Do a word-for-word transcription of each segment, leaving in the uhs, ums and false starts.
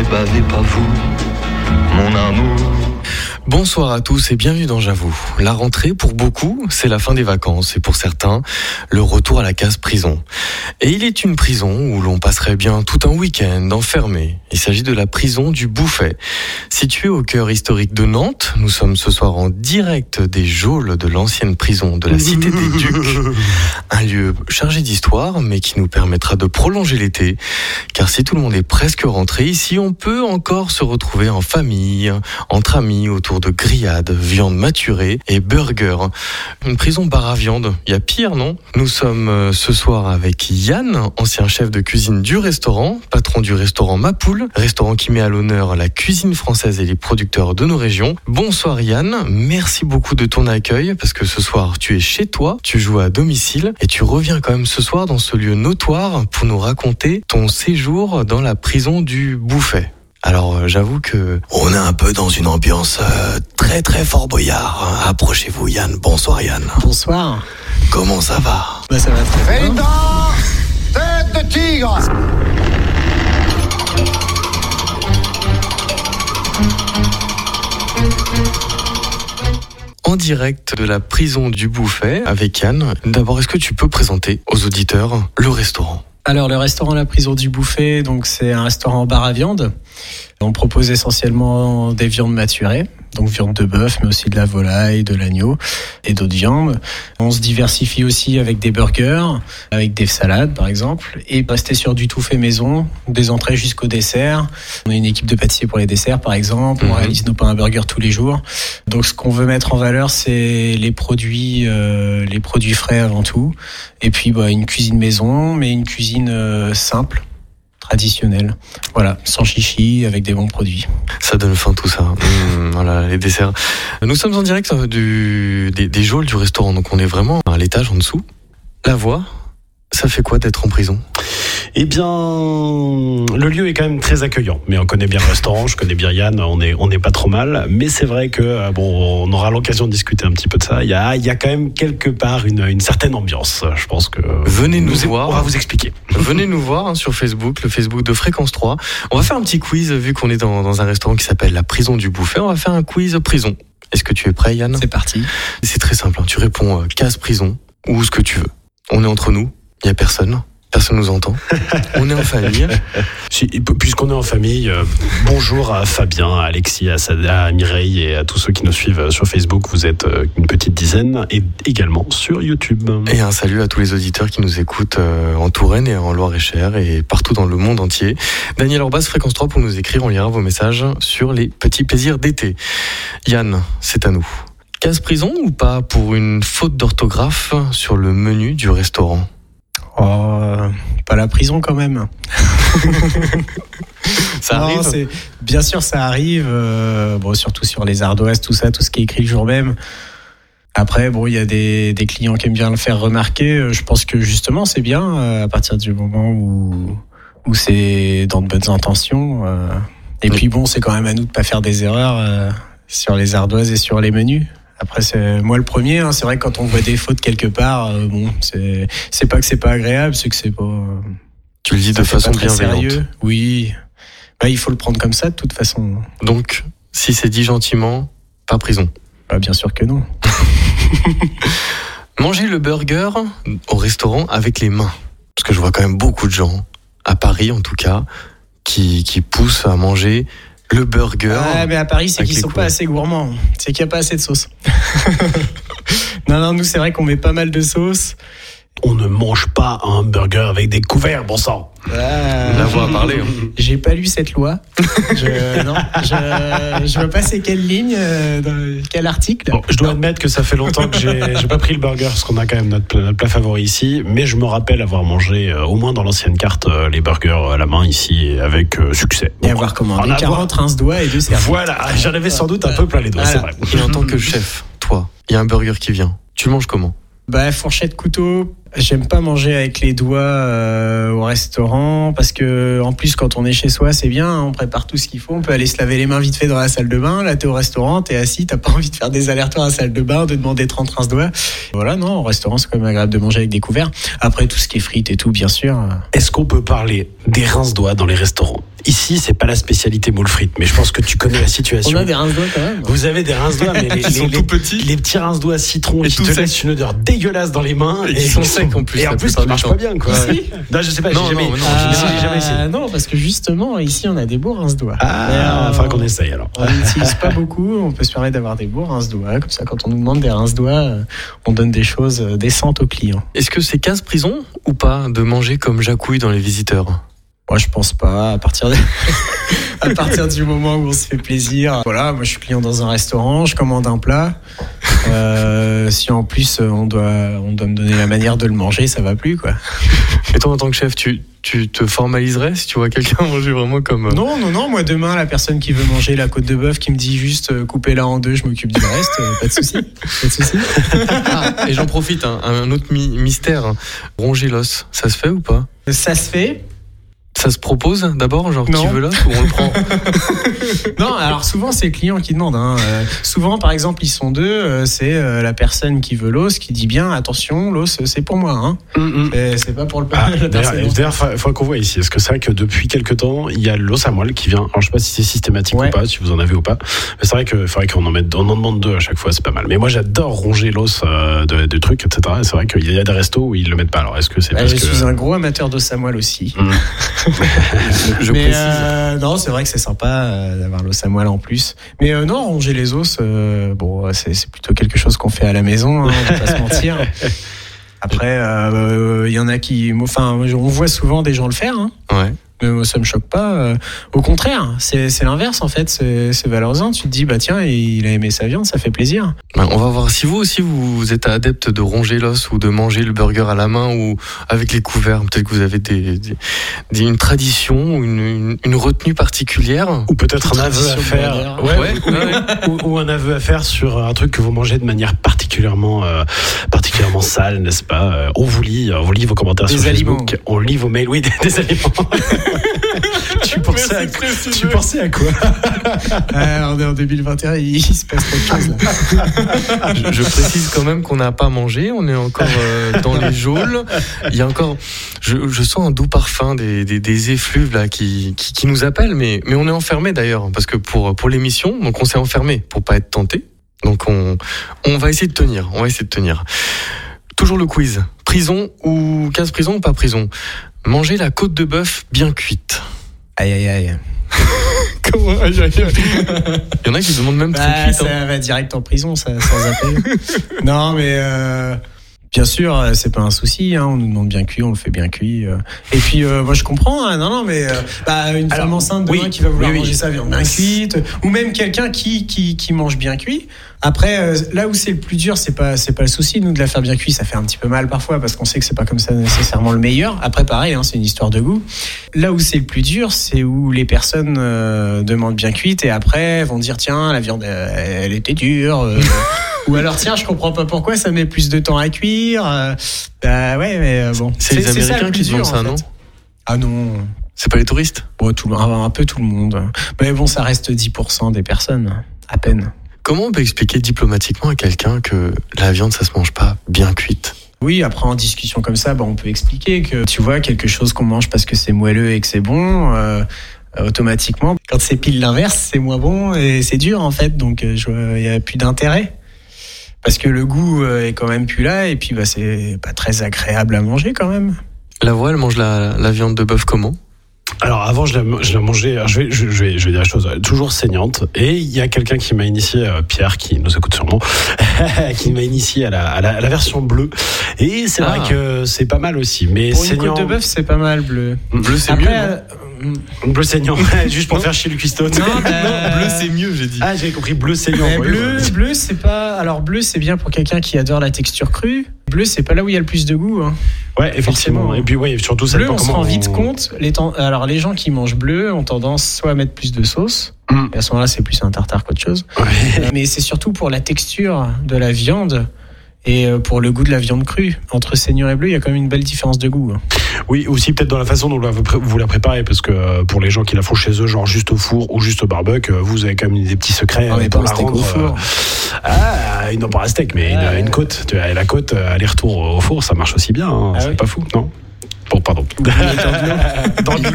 n'ai bavé pas vous, mon amour. Bonsoir à tous et bienvenue dans J'avoue. La rentrée, pour beaucoup, c'est la fin des vacances et pour certains, le retour à la case prison. Et il est une prison où l'on passerait bien tout un week-end enfermé. Il s'agit de la prison du Bouffay. Située au cœur historique de Nantes, nous sommes ce soir en direct des geôles de l'ancienne prison de la Cité des Ducs. Un lieu chargé d'histoire, mais qui nous permettra de prolonger l'été. Car si tout le monde est presque rentré ici, on peut encore se retrouver en famille, entre amis, autour de grillades, viande maturée et burgers. Une prison bar à viande, il y a pire, non ? Nous sommes ce soir avec Yann, ancien chef de cuisine du restaurant, patron du restaurant Ma Poule, restaurant qui met à l'honneur la cuisine française et les producteurs de nos régions. Bonsoir Yann, merci beaucoup de ton accueil, parce que ce soir tu es chez toi, tu joues à domicile et tu reviens quand même ce soir dans ce lieu notoire pour nous raconter ton séjour dans la prison du Bouffay. Alors euh, j'avoue que on est un peu dans une ambiance euh, très très fort boyard. Approchez-vous Yann. Bonsoir Yann. Bonsoir. Comment ça va ? Bah ça va très bien. Fédant, tête de tigre. En direct de la prison du Bouffay avec Yann. D'abord, est-ce que tu peux présenter aux auditeurs le restaurant ? Alors le restaurant La Prison du Bouffay, donc c'est un restaurant bar à viande. On propose essentiellement des viandes maturées, donc viande de bœuf, mais aussi de la volaille, de l'agneau et d'autres viandes. On se diversifie aussi avec des burgers, avec des salades par exemple, et rester sur du tout fait maison, des entrées jusqu'au dessert. On a une équipe de pâtissiers pour les desserts par exemple, on mmh. réalise nos pains à burger tous les jours. Donc ce qu'on veut mettre en valeur, c'est les produits, euh, les produits frais avant tout, et puis bah, une cuisine maison, mais une cuisine euh, simple. Traditionnel, voilà, sans chichi, avec des bons produits. Ça donne faim tout ça. Mmh, voilà, les desserts. Nous sommes en direct du, des, des geôles du restaurant, donc on est vraiment à l'étage en dessous. La voix, ça fait quoi d'être en prison ? Eh bien, le lieu est quand même très accueillant. Mais on connaît bien le restaurant, je connais bien Yann, on est, on est pas trop mal. Mais c'est vrai que, bon, on aura l'occasion de discuter un petit peu de ça. Il y a, il y a quand même quelque part une, une certaine ambiance. Je pense que... Venez nous, nous voir. On va vous expliquer. Venez nous voir hein, sur Facebook, le Facebook de Fréquence trois. On va faire un petit quiz, vu qu'on est dans, dans un restaurant qui s'appelle La Prison du Bouffay. On va faire un quiz prison. Est-ce que tu es prêt, Yann ? C'est parti. C'est très simple. Hein. Tu réponds euh, case prison ou ce que tu veux. On est entre nous, il n'y a personne. Personne nous entend. On est en famille. Si, puisqu'on est en famille, euh, bonjour à Fabien, à Alexis, à Sada, à Mireille et à tous ceux qui nous suivent sur Facebook. Vous êtes euh, une petite dizaine et également sur YouTube. Et un salut à tous les auditeurs qui nous écoutent euh, en Touraine et en Loire-et-Cher et partout dans le monde entier. Daniel Orbas, Fréquence trois pour nous écrire. On lira vos messages sur les petits plaisirs d'été. Yann, c'est à nous. Case prison ou pas pour une faute d'orthographe sur le menu du restaurant ? Oh, pas la prison quand même. Ça non, arrive. C'est, bien sûr, ça arrive. Euh, bon, surtout sur les ardoises, tout ça, tout ce qui est écrit le jour même. Après, bon, il y a des, des clients qui aiment bien le faire remarquer. Je pense que justement, c'est bien euh, à partir du moment où où c'est dans de bonnes intentions. Euh, et oui. Puis bon, c'est quand même à nous de pas faire des erreurs euh, sur les ardoises et sur les menus. Après, c'est moi le premier. Hein, c'est vrai que quand on voit des fautes quelque part, euh, bon, c'est c'est pas que c'est pas agréable, c'est que c'est pas. Euh, tu le dis de façon bienveillante. Sérieux. Oui. Bah, il faut le prendre comme ça de toute façon. Donc, si c'est dit gentiment, pas prison. Bah, bien sûr que non. Manger le burger au restaurant avec les mains, parce que je vois quand même beaucoup de gens à Paris, en tout cas, qui qui poussent à manger. Le burger. Ouais, mais à Paris, c'est qu'ils sont pas assez gourmands. C'est qu'il n'y a pas assez de sauce. non, non, nous, c'est vrai qu'on met pas mal de sauce. On ne mange pas un burger avec des couverts, bon sang. Ah, la voix à parler. Hein. J'ai pas lu cette loi. Je, non, je, je vois pas c'est quelle ligne, euh, dans quel article. Bon, je dois admettre que ça fait longtemps que j'ai, j'ai pas pris le burger, parce qu'on a quand même notre, notre plat favori ici. Mais je me rappelle avoir mangé, euh, au moins dans l'ancienne carte, euh, les burgers à la main ici, avec euh, succès. Et bon, avoir commandé quarante rince-doigts et deux serviettes. Voilà, j'en avais sans doute un peu plein les doigts, voilà. C'est vrai. Et en tant que chef, toi, il y a un burger qui vient. Tu le manges comment ? Bah, fourchette, couteau, J'aime pas manger avec les doigts euh, au restaurant parce que en plus quand on est chez soi c'est bien, hein, on prépare tout ce qu'il faut, on peut aller se laver les mains vite fait dans la salle de bain. Là t'es au restaurant, t'es assis, t'as pas envie de faire des allers-retours à la salle de bain, de demander trente rince-doigts. Voilà, non, au restaurant c'est quand même agréable de manger avec des couverts. Après tout ce qui est frites et tout, bien sûr. Est-ce qu'on peut parler des rince-doigts dans les restaurants ? Ici, c'est pas la spécialité moule frite, mais je pense que tu connais la situation. On a des rince-doigts quand même. Vous avez des rince-doigts, mais les, Ils sont les, tout les, petits. les petits rince-doigts citron Et qui tout te sec. laissent une odeur dégueulasse dans les mains. Et qui sont secs en plus, Et la en plus, plupart qui du marchent temps. pas bien, quoi. Ici Non, je sais pas, Non, j'ai jamais, non, non, j'ai j'ai j'ai jamais essayé. Ah, non, parce que justement, ici, on a des beaux rince-doigts. Ah, Mais, euh, faudra qu'on essaye alors. On n'utilise pas beaucoup, on peut se permettre d'avoir des beaux rince-doigts. Comme ça, quand on nous demande des rince-doigts, euh, on donne des choses euh, décentes aux clients. Est-ce que c'est casse-prison ou pas de manger comme Jacouille dans Les Visiteurs ? Moi, je pense pas. À partir, de... à partir du moment où on se fait plaisir. Voilà, moi, je suis client dans un restaurant, je commande un plat. Euh, si en plus, on doit, on doit me donner la manière de le manger, ça va plus, quoi. Et toi, en tant que chef, tu, tu te formaliserais si tu vois quelqu'un manger vraiment comme... euh, Non, non, non. Moi, demain, la personne qui veut manger la côte de bœuf, qui me dit juste euh, coupez-la en deux, je m'occupe du reste. euh, pas de souci. Pas de souci. Ah, et j'en profite, hein, un autre mi- mystère. hein. Ronger l'os, ça se fait ou pas ? Ça se fait. Ça se propose d'abord, genre Non. qui veut l'os ou on le prend ? Non, alors souvent c'est le client qui demande. Hein. Euh, souvent, par exemple, ils sont deux. euh, c'est euh, la personne qui veut l'os qui dit bien attention, l'os c'est pour moi. Hein. C'est, c'est pas pour le Ah, la d'ailleurs, personne. d'ailleurs, faut, faut qu'on voit ici. Est-ce que c'est vrai que depuis quelques temps, il y a l'os à moelle qui vient. Alors, je sais pas si c'est systématique Ouais. ou pas, si vous en avez ou pas. Mais c'est vrai qu'il faudrait qu'on en mette, on en demande deux à chaque fois, c'est pas mal. Mais moi, j'adore ronger l'os euh, de, de trucs, et cetera. Et c'est vrai qu'il y a des restos où ils le mettent pas. Alors, est-ce que c'est Ouais, parce je que suis un gros amateur d'os à moelle aussi. Mmh. Je Mais précise. euh, non, c'est vrai que c'est sympa euh, d'avoir l'os à moelle en plus. Mais euh, non, ronger les os, euh, bon, c'est, c'est plutôt quelque chose qu'on fait à la maison, hein, on va pas se mentir. Après, il euh, y en a qui, enfin, on voit souvent des gens le faire. Hein. Ouais. Mais moi, ça me choque pas. Euh, au contraire, c'est, c'est l'inverse en fait. C'est, c'est valorisant. Tu te dis, bah tiens, il a aimé sa viande, ça fait plaisir. Ben, on va voir si vous aussi vous êtes adepte de ronger l'os ou de manger le burger à la main ou avec les couverts. Peut-être que vous avez des, des, des- une tradition ou une, une, une retenue particulière. ou peut-être un aveu à Tradition faire. burger. Ouais, Ouais, ou, ouais, ouais. ou- ou un aveu à faire sur un truc que vous mangez de manière particulièrement, euh, particulièrement sale, n'est-ce pas? Euh, On vous lit, on vous lit vos commentaires Des sur aliments. Facebook, on lit vos mails, oui, des, des aliments. tu pensais à, tu pensais à quoi? Ah, on est en deux mille vingt et un, il, il se passe trop de choses là. Je, je précise quand même qu'on n'a pas mangé, on est encore euh, dans les geôles. Il y a encore, je, je sens un doux parfum des, des, des effluves là qui, qui, qui nous appellent, mais, mais on est enfermé d'ailleurs parce que pour, pour l'émission, donc on s'est enfermé pour pas être tenté. Donc on, on va essayer de tenir, on va essayer de tenir. Toujours le quiz. Prison ou casse prison ou pas prison? Manger la côte de bœuf bien cuite. Aïe aïe aïe. Comment aïe, aïe, aïe. Il y en a qui demandent même très Bah, cuite. ça hein. va direct en prison, ça, sans appel. Non, mais euh, bien sûr, euh, c'est pas un souci. Hein, on nous demande bien cuit, on le fait bien cuit. euh. Et puis, euh, moi, je comprends. Hein, non, non, mais euh, bah, une Alors, femme enceinte demain oui, qui va vouloir oui, oui. manger sa viande bien cuite, ou même quelqu'un qui, qui qui mange bien cuit. Après, euh, là où c'est le plus dur, c'est pas c'est pas le souci. Nous de la faire bien cuit, ça fait un petit peu mal parfois parce qu'on sait que c'est pas comme ça nécessairement le meilleur. Après, pareil, hein, c'est une histoire de goût. Là où c'est le plus dur, c'est où les personnes euh, demandent bien cuite et après vont dire tiens la viande euh, elle était dure. euh, Ou alors tiens je comprends pas pourquoi ça met plus de temps à cuire. euh, Bah ouais mais euh, bon. C'est les ça, Américains le plus qui demandent dur, ça, en fait. non? Ah non. C'est pas les touristes? Bon, tout, le- un peu tout le monde. Mais bon ça reste dix pour cent des personnes à peine. Comment on peut expliquer diplomatiquement à quelqu'un que la viande, ça se mange pas bien cuite? Oui, après en discussion comme ça, bah, on peut expliquer que tu vois quelque chose qu'on mange parce que c'est moelleux et que c'est bon, euh, euh, automatiquement, quand c'est pile l'inverse, c'est moins bon et c'est dur en fait, donc euh, je vois, il y a plus d'intérêt parce que le goût euh, est quand même plus là et puis bah c'est pas très agréable à manger quand même. La voix, elle mange la, la viande de bœuf comment? Alors avant, je la, je la mangeais, alors, je vais, je, je vais, je vais dire la chose, toujours saignante. Et il y a quelqu'un qui m'a initié, euh, Pierre, qui nous écoute sûrement, qui m'a initié à la, à, la, à la version bleue. Et c'est Ah. vrai que c'est pas mal aussi. Mais Pour une saignant, côte de bœuf, c'est pas mal bleu. Bleu, c'est Après, mieux. non euh, bleu saignant, juste pour Non. faire chier le cuistot. Non, bah, bleu, c'est mieux, j'ai dit. Ah, j'avais compris bleu saignant. mais oui, bleu, voilà. bleu, c'est pas. Alors bleu, c'est bien pour quelqu'un qui adore la texture crue. Bleu, c'est pas là où il y a le plus de goût. Hein. Ouais, effectivement. Forcément. Et puis, ouais, surtout, ça Bleu, dépend on se comment rend vite on- compte. Les temps... Alors les gens qui mangent bleu ont tendance soit à mettre plus de sauce. Mm. Et à ce moment-là, c'est plus un tartare qu'autre chose. Ouais. Mais c'est surtout pour la texture de la viande Et pour le goût de la viande crue, entre seigneur et bleu, il y a quand même une belle différence de goût. Oui, aussi peut-être dans la façon dont vous la préparez, parce que pour les gens qui la font chez eux, genre juste au four ou juste au barbecue, vous avez quand même des petits secrets. On n'est pas au steak au four. Ah, non, pas un steak, mais ah, une, une côte. Tu vois, la côte, aller-retour au four, ça marche aussi bien. Hein. Ah, c'est oui. pas fou, non? Bon, pardon. Dans de l'eau.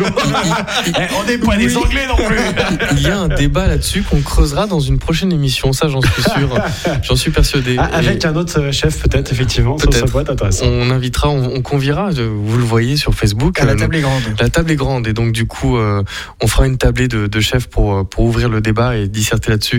On n'est pas des Anglais non plus. Il y a un débat là-dessus qu'on creusera dans une prochaine émission, ça j'en suis sûr, j'en suis persuadé. Ah, avec Et un autre chef peut-être, effectivement, peut-être. ça, ça pourrait être intéressant. On invitera, on, on conviera, vous le voyez sur Facebook. Ah, la euh, table est grande. La table est grande et donc du coup, euh, on fera une tablée de, de chefs pour, pour ouvrir le débat et disserter là-dessus.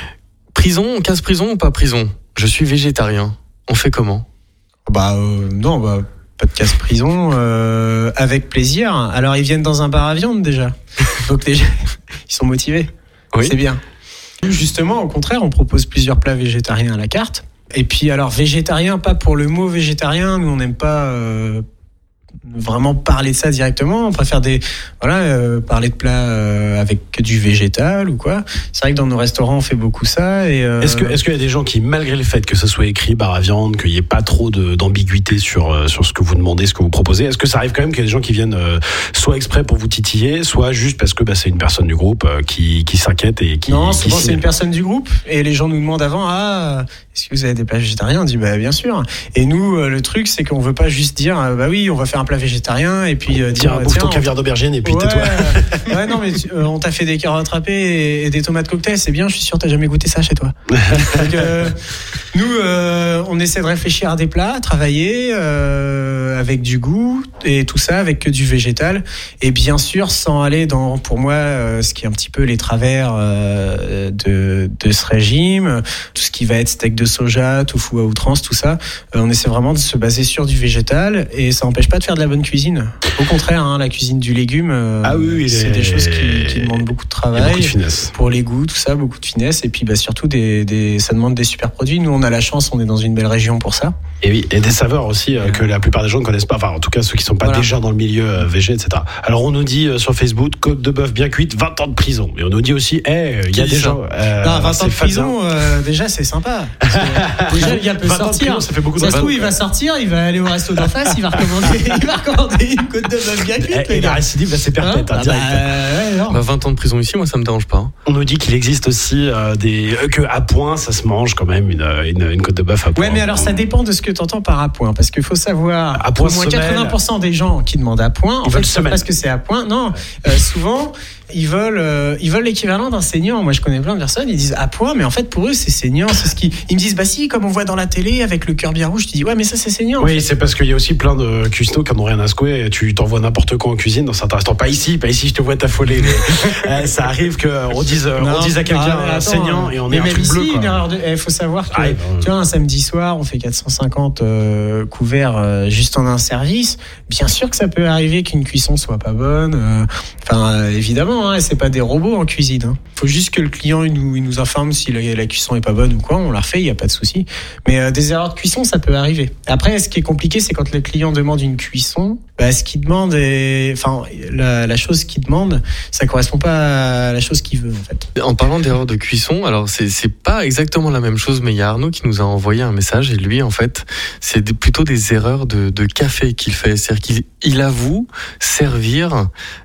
Prison, casse prison ou pas prison? Je suis végétarien. On fait comment? Bah euh, non, bah pas de casse-prison, euh, avec plaisir. Alors ils viennent dans un bar à viande déjà, donc déjà ils sont motivés. Oui. C'est bien. Justement, au contraire, on propose plusieurs plats végétariens à la carte. Et puis alors végétarien, pas pour le mot végétarien, nous on n'aime pas euh, vraiment parler de ça directement. On préfère des voilà euh, parler de plats euh, avec que du végétal ou quoi. C'est vrai que dans nos restaurants on fait beaucoup ça. Et euh, Est-ce que est-ce qu'il y a des gens qui, malgré le fait que ce soit écrit bar à viande, qu'il n'y ait pas trop de, d'ambiguïté sur euh, sur ce que vous demandez, ce que vous proposez, est-ce que ça arrive quand même qu'il y a des gens qui viennent euh, soit exprès pour vous titiller, soit juste parce que bah, c'est une personne du groupe euh, qui qui s'inquiète et qui non, qui souvent c'est signe. une personne du groupe et les gens nous demandent avant ah est-ce que vous avez des plats végétariens? On dit bah bien sûr. Et nous euh, le truc c'est qu'on veut pas juste dire euh, bah oui on va faire un plat végétarien et puis euh, dire Tiens, bouffe ton on... caviar d'aubergine et puis ouais, tais-toi. ouais non mais tu, euh, on t'a fait des carottes râpées et, et des tomates cocktail, c'est bien, je suis sûr t'as jamais goûté ça chez toi. Donc, euh, nous euh, on essaie de réfléchir à des plats, à travailler euh, avec du goût et tout ça avec que du végétal et bien sûr sans aller dans pour moi euh, ce qui est un petit peu les travers euh, de, de ce régime, tout ce qui va être steak de soja, tofu à outrance, tout ça, euh, on essaie vraiment de se baser sur du végétal et ça n'empêche pas de faire de la bonne cuisine. Au contraire, hein, la cuisine du légume, euh, Ah oui, oui, c'est les- des choses qui, qui demandent beaucoup de Il y a travail. beaucoup de finesse. Pour les goûts, tout ça, beaucoup de finesse. Et puis bah, surtout, des, des, ça demande des super produits. Nous, on a la chance, on est dans une belle région pour ça. Et oui, et des saveurs aussi euh, que la plupart des gens ne connaissent pas. Enfin, en tout cas, ceux qui ne sont pas Voilà. déjà dans le milieu euh, végé, et cetera. Alors, on nous dit euh, sur Facebook, côte de bœuf bien cuite, vingt ans de prison. Mais on nous dit aussi, eh, il y a dit des ça gens. Euh, non, vingt c'est ans de Fabien. prison, euh, déjà, c'est sympa. Parce que déjà, le gars peut vingt ans de sortir. prison, ça fait beaucoup de Ça se vingt- trouve, il va sortir, il va aller au resto d'en face, il va recommander, il va recommander une côte de bœuf bien cuite. Et, et les la gars. récidive, bah, c'est Hein perpète, hein, Ah direct. bah, ouais, non. Bah, vingt ans de prison ici, moi ça me dérange pas. hein. On nous dit qu'il existe aussi euh, des euh, que à point, ça se mange quand même une, une, une côte de bœuf à point. Ouais, mais alors ça dépend de ce que tu entends par à point, parce qu'il faut savoir, À point au moins semaine. quatre-vingts pour cent des gens qui demandent à point, en Ils fait, veulent ils savent semaine. pas ce que c'est à point. Non, euh, souvent, ils veulent, euh, ils veulent l'équivalent d'un saignant. Moi, je connais plein de personnes, ils disent à point, mais en fait, pour eux, c'est saignant. C'est ce qui, ils me disent, bah si, comme on voit dans la télé avec le cœur bien rouge, tu dis, ouais, mais ça, c'est saignant. Oui, c'est parce qu'il y a aussi plein de cuistots qui n'ont rien à secouer. Et tu t'envoies n'importe quoi en cuisine dans certains restaurants. Pas ici, pas ici, je te vois t'affoler. Mais, euh, ça arrive qu'on dise, euh, on Non, dise à quelqu'un ah, mais euh, attends, saignant et on mais est un même truc ici, bleu. une Quoi. erreur de. Il faut savoir que, Ah, ouais, tu vois, un samedi soir, on fait quatre cent cinquante euh, couverts euh, juste en un service. Bien sûr que ça peut arriver qu'une cuisson soit pas bonne. euh, Enfin, euh, évidemment, hein, c'est pas des robots en cuisine. Hein. Faut juste que le client il nous, il nous informe si la, la cuisson est pas bonne ou quoi. On la refait, il y a pas de souci. Mais euh, des erreurs de cuisson, ça peut arriver. Après, ce qui est compliqué, c'est quand le client demande une cuisson. Bah, ce qu'il demande est, enfin, la, la chose qu'il demande, ça correspond pas à la chose qu'il veut en fait. En parlant d'erreur de cuisson, alors c'est c'est pas exactement la même chose, mais il y a Arnaud qui nous a envoyé un message et lui en fait c'est des- plutôt des erreurs de, de café qu'il fait, c'est-à-dire qu'il il avoue servir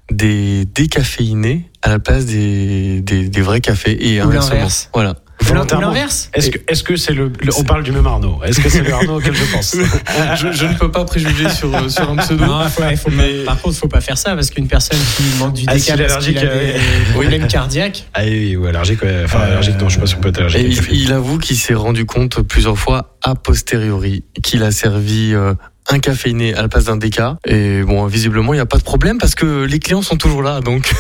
des décaféinés à la place des des, des vrais cafés et Ou inversement. l'inverse. Voilà. Ou Volontairement. l'inverse. Est-ce que, est-ce que c'est le, le- on parle du même Arnaud? Est-ce que c'est le Arnaud auquel je pense? je, je ne peux pas préjuger sur sur un pseudo. Non, faut, il faut Mais- pas, par contre, faut pas faire ça parce qu'une personne qui manque du Ah, déca s'il est parce qu'il a allergique, des problèmes cardiaques. Ah oui, ou allergique, ouais. Enfin, Euh, allergique, non, je sais pas si on peut être allergique. Et au il, café. il avoue qu'il s'est rendu compte plusieurs fois a posteriori qu'il a servi euh, un caféiné à la place d'un déca. Et bon, visiblement, il n'y a pas de problème parce que les clients sont toujours là. Donc,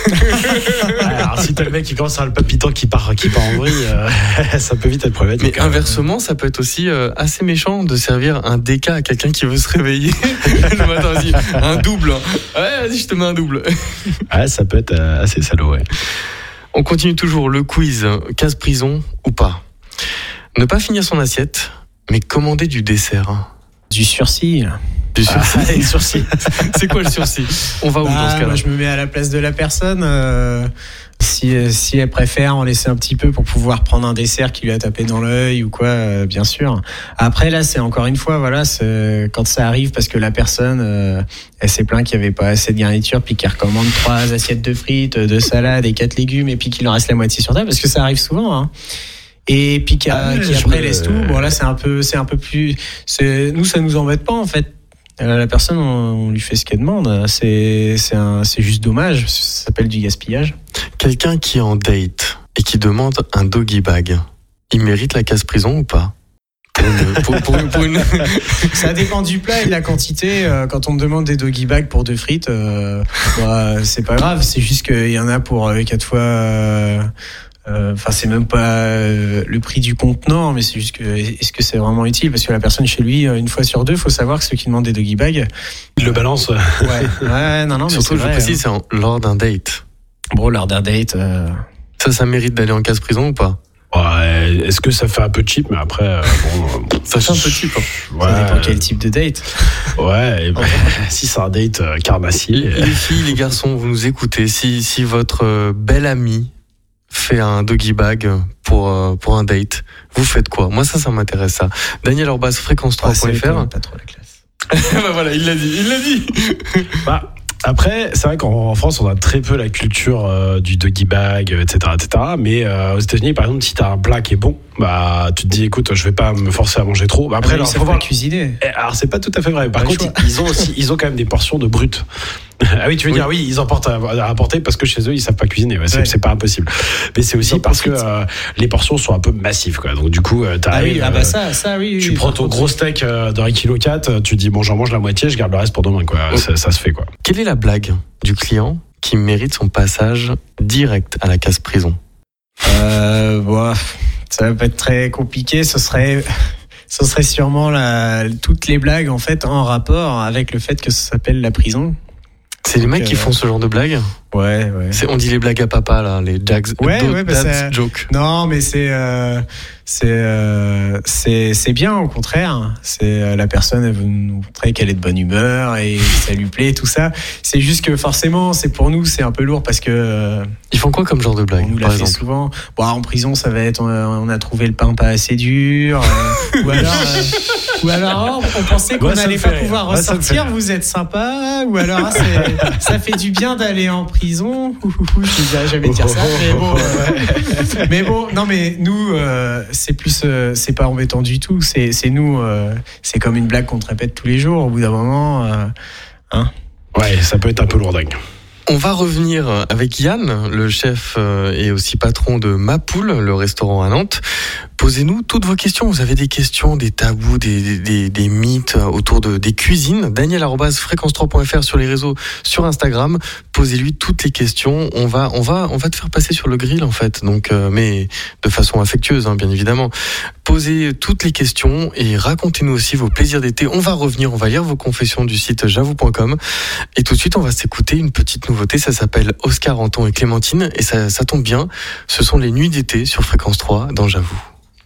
Alors, si t'as le mec qui commence à avoir le palpitant qui part, qui part en vrille, euh, ça peut vite être problématique. mais inversement, ça peut être aussi euh, assez méchant de servir un déca à quelqu'un qui veut se réveiller le matin. Vas-y, un double. Ouais, vas-y, je te mets un double. Ouais, ça peut être euh, assez salaud, ouais. On continue toujours le quiz. Casse prison ou pas? Ne pas finir son assiette, mais commander du dessert. Du sursis. Du sursis. Ah, et sursis. C'est quoi le sursis? On va où Ah, dans ce cas-là? moi, je me mets à la place de la personne. euh, si, si elle préfère en laisser un petit peu pour pouvoir prendre un dessert qui lui a tapé dans l'œil ou quoi, euh, bien sûr. Après, là, c'est encore une fois, voilà, c'est, quand ça arrive parce que la personne, euh, elle s'est plaint qu'il n'y avait pas assez de garniture, puis qu'elle recommande trois assiettes de frites, de salade et quatre légumes, et puis qu'il en reste la moitié sur table, parce que ça arrive souvent, hein. Et puis qui, Ah, qui après laisse tout. Bon là c'est un peu, c'est un peu plus. C'est, nous ça nous embête pas en fait. Euh, la personne on, on lui fait ce qu'elle demande. C'est c'est un, c'est juste dommage. Ça s'appelle du gaspillage. Quelqu'un qui est en date et qui demande un doggy bag, il mérite la casse prison ou pas? Pour une, pour, pour une, pour une... Ça dépend du plat et de la quantité. Euh, quand on me demande des doggy bags pour deux frites, euh, bah, c'est pas grave. C'est juste qu'il y en a pour euh, quatre fois. Euh, Enfin, euh, c'est même pas euh, le prix du contenant, mais c'est juste que est-ce que c'est vraiment utile? Parce que la personne chez lui, une fois sur deux, faut savoir que ceux qui demandent des doggy bags, Il le balance. ouais, ouais, non, non, mais Surtout, c'est je vrai, précise, c'est hein. en- lors d'un date. Bon, lors d'un date, euh... Ça, ça mérite d'aller en casse prison ou pas? Ouais, est-ce que ça fait un peu cheap? Mais après, euh, bon. Ça fait un peu cheap, hein. Ouais, ça dépend quel type de date. Ouais, et ben, si c'est un date euh, carnassier. Les filles, les garçons, vous nous écoutez. Si, si votre euh, belle amie fait un doggy bag pour, euh, pour un date, vous faites quoi? Moi, ça, ça m'intéresse, ça. Daniel Orbas, fréquence trois point f r. Pas trop la classe. Bah voilà, il l'a dit, il l'a dit. Bah, après, c'est vrai qu'en France, on a très peu la culture euh, du doggy bag, et cetera, et cetera. Mais euh, aux États-Unis, par exemple, si t'as un plat qui est bon, bah, tu te dis, écoute, je vais pas me forcer à manger trop. Bah, après, Après, alors, ils faut savent voir- pas cuisiner. Eh, Alors, c'est pas tout à fait vrai. Par Pas le contre, choix. ils ont aussi, ils ont quand même des portions de brut. Ah oui, tu veux Oui. dire, oui, ils emportent à, à apporter parce que chez eux, ils savent pas cuisiner. Ouais, c'est, Ouais. c'est pas impossible. Mais c'est aussi Ils parce que emportent. euh, les portions sont un peu massives, quoi. Donc, du coup, euh, Ah t'arrives. oui, ah bah ça, ça, oui. Tu oui, prends par ton contre, gros steak euh, d'un kilo quatre, tu dis bon j'en mange la moitié, je garde le reste pour demain quoi. Oh. Ça, ça se fait quoi. Quelle est la blague du client qui mérite son passage direct à la casse prison? Euh, bon, ça va pas être très compliqué. Ce serait, ce serait sûrement la, toutes les blagues en fait en rapport avec le fait que ça s'appelle la prison. C'est les Donc, mecs qui euh, font ce genre de blagues? Ouais, ouais. C'est, on dit les blagues à papa, là, les jags, Ouais, do- ouais, bah, dad's ça- joke. Non, mais c'est euh, c'est euh, c'est c'est bien au contraire. C'est euh, la personne elle veut nous montrer qu'elle est de bonne humeur et ça lui plaît tout ça. C'est juste que forcément, c'est pour nous c'est un peu lourd parce que euh, Ils font quoi comme genre de on blague, nous l'a par fait exemple? souvent. Bon, en prison, ça va être on a, on a trouvé le pain pas assez dur, euh, ou alors euh, ou alors oh, on pensait qu'on Moi, ça n'allait me fait pas rire. pouvoir Moi, ça me fait ressortir. rire. Vous êtes sympa, ou alors ah, c'est, ça fait du bien d'aller en prison. Ouh, ouh, ouh, je ne dirais jamais dire ça, mais bon. euh, mais bon, non, mais nous, euh, c'est plus, euh, c'est pas embêtant du tout. C'est, c'est nous, euh, c'est comme une blague qu'on te répète tous les jours. Au bout d'un moment, euh, hein. Ouais, ça peut être un peu lourdingue. On va revenir avec Yann, le chef euh, et aussi patron de Ma Poule, le restaurant à Nantes. Posez-nous toutes vos questions. Vous avez des questions, des tabous, des, des, des mythes autour de, des cuisines. Daniel arobase fréquence trois point f r sur les réseaux, sur Instagram. Posez-lui toutes les questions. On va, on va, on va te faire passer sur le grill en fait. Donc, euh, mais de façon affectueuse, hein, bien évidemment. Posez toutes les questions et racontez-nous aussi vos plaisirs d'été. On va revenir, on va lire vos confessions du site j'avoue point com. Et tout de suite, on va s'écouter une petite nouveauté. Ça s'appelle Oscar Anton et Clémentine. Et ça, ça tombe bien. Ce sont les nuits d'été sur Fréquence trois dans J'avoue.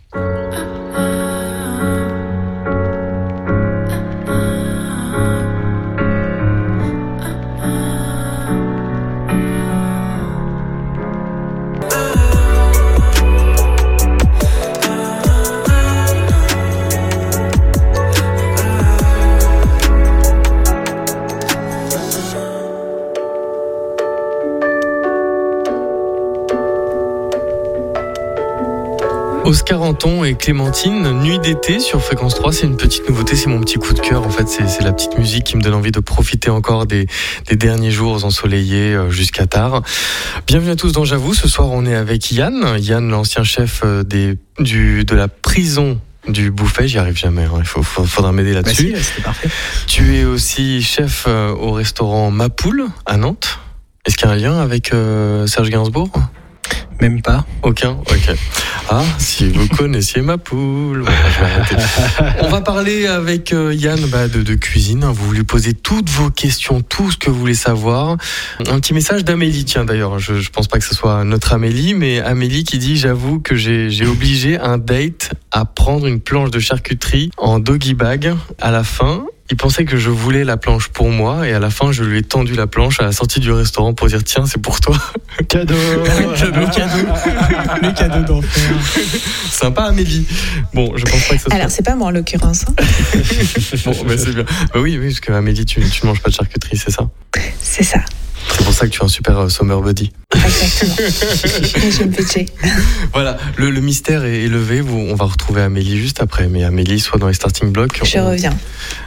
Oscar Anton et Clémentine, Nuit d'été sur Fréquence trois, c'est une petite nouveauté, c'est mon petit coup de cœur. En fait, c'est, c'est la petite musique qui me donne envie de profiter encore des, des derniers jours ensoleillés euh, jusqu'à tard. Bienvenue à tous dans J'avoue. Ce soir, on est avec Yann, Yann, l'ancien chef euh, des, du, de la prison du Bouffet. J'y arrive jamais, hein. Il faut, faut, faudra m'aider Bah là-dessus. si, c'était parfait. Tu es aussi chef euh, au restaurant Ma Poule à Nantes. Est-ce qu'il y a un lien avec euh, Serge Gainsbourg ? Même pas. Aucun, ok. Ah, si vous connaissiez Ma Poule. Bon, je vais arrêter. On va parler avec euh, Yann bah, de, de cuisine. Vous lui posez toutes vos questions, tout ce que vous voulez savoir. Un petit message d'Amélie, tiens d'ailleurs. Je, je pense pas que ce soit notre Amélie, mais Amélie qui dit: j'avoue que j'ai, j'ai obligé un date à prendre une planche de charcuterie en doggy bag à la fin. il pensait que je voulais la planche pour moi et à la fin je lui ai tendu la planche à la sortie du restaurant pour dire tiens c'est pour toi. Cadeau. cadeau, cadeau. Le cadeau d'enfer. Sympa Amélie. Bon, je pense pas que ça soit... Alors c'est pas moi en l'occurrence. Hein. Bon, bah, c'est bien. Bah oui, oui, parce que Amélie, tu, tu ne manges pas de charcuterie, c'est ça? C'est ça. C'est pour ça que tu es un super euh, summer buddy. Exactement. Régime budget. Voilà, le, le mystère est élevé. Vous, on va retrouver Amélie juste après. Mais Amélie, soit dans les starting blocks. Je on... reviens.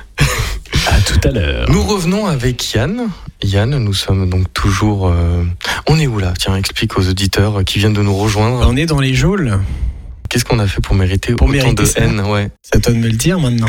À tout à l'heure. Nous revenons avec Yann. Yann, nous sommes donc toujours... Euh... On est où là? Tiens, explique aux auditeurs qui viennent de nous rejoindre. On est dans les geôles. Qu'est-ce qu'on a fait pour mériter pour autant mériter de ça. haine, ouais. C'est à toi de me le dire maintenant.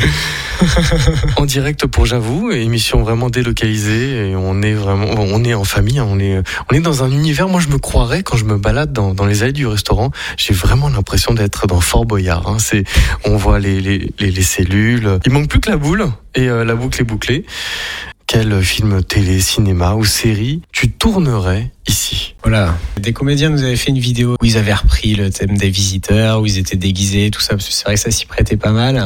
En direct pour J'avoue, émission vraiment délocalisée et on est vraiment, on est en famille, on est, on est dans un univers. Moi, je me croirais quand je me balade dans, dans les allées du restaurant, j'ai vraiment l'impression d'être dans Fort Boyard. Hein. C'est, on voit les, les, les, les cellules. Il manque plus que la boule et euh, la boucle est bouclée. Quel film télé, cinéma ou série tu tournerais ici? Voilà. Des comédiens nous avaient fait une vidéo où ils avaient repris le thème des visiteurs, où ils étaient déguisés, tout ça, parce que c'est vrai que ça s'y prêtait pas mal.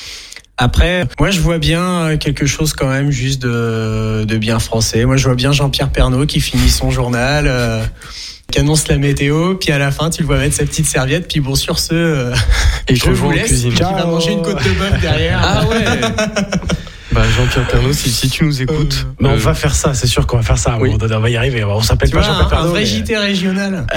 Après, moi je vois bien quelque chose quand même juste de, de bien français. Moi je vois bien Jean-Pierre Pernaut qui finit son journal, euh, qui annonce la météo, puis à la fin tu le vois mettre sa petite serviette, puis bon sur ce, euh, et je vous laisse, cuisine. Il va manger une côte de bœuf derrière. Ah ouais. Bah Jean-Pierre Pernaut, si, si tu nous écoutes, euh, mais euh, on va faire ça, c'est sûr qu'on va faire ça. Oui. On, on va y arriver. On s'appelle Tu pas vois, Jean-Pierre un, Pernaut. un vrai mais... J T régional.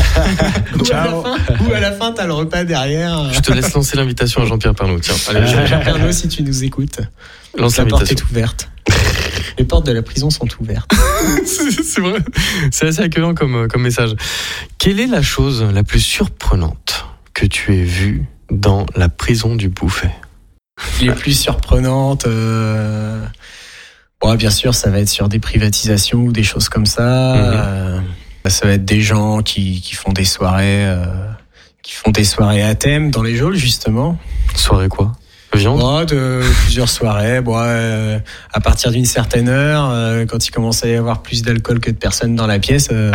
Ou à, la fin, ou à la fin, t'as le repas derrière. Je te laisse lancer l'invitation à Jean-Pierre Pernaut. Tiens, allez, Jean-Pierre Pernaut, si tu nous écoutes, lance la porte l'invitation. est ouverte. Les portes de la prison sont ouvertes. c'est, c'est vrai. C'est assez accueillant comme, comme message. Quelle est la chose la plus surprenante que tu aies vue dans la prison du Bouffay? Les plus surprenantes, euh... bon, bien sûr, ça va être sur des privatisations ou des choses comme ça. Mm-hmm. Euh... Ça va être des gens qui, qui font des soirées, euh... qui font des soirées à thème dans les geôles justement. Soirée quoi? Viande? Bon, de plusieurs soirées. Bon, euh, à partir d'une certaine heure, euh, quand il commence à y avoir plus d'alcool que de personnes dans la pièce. Euh,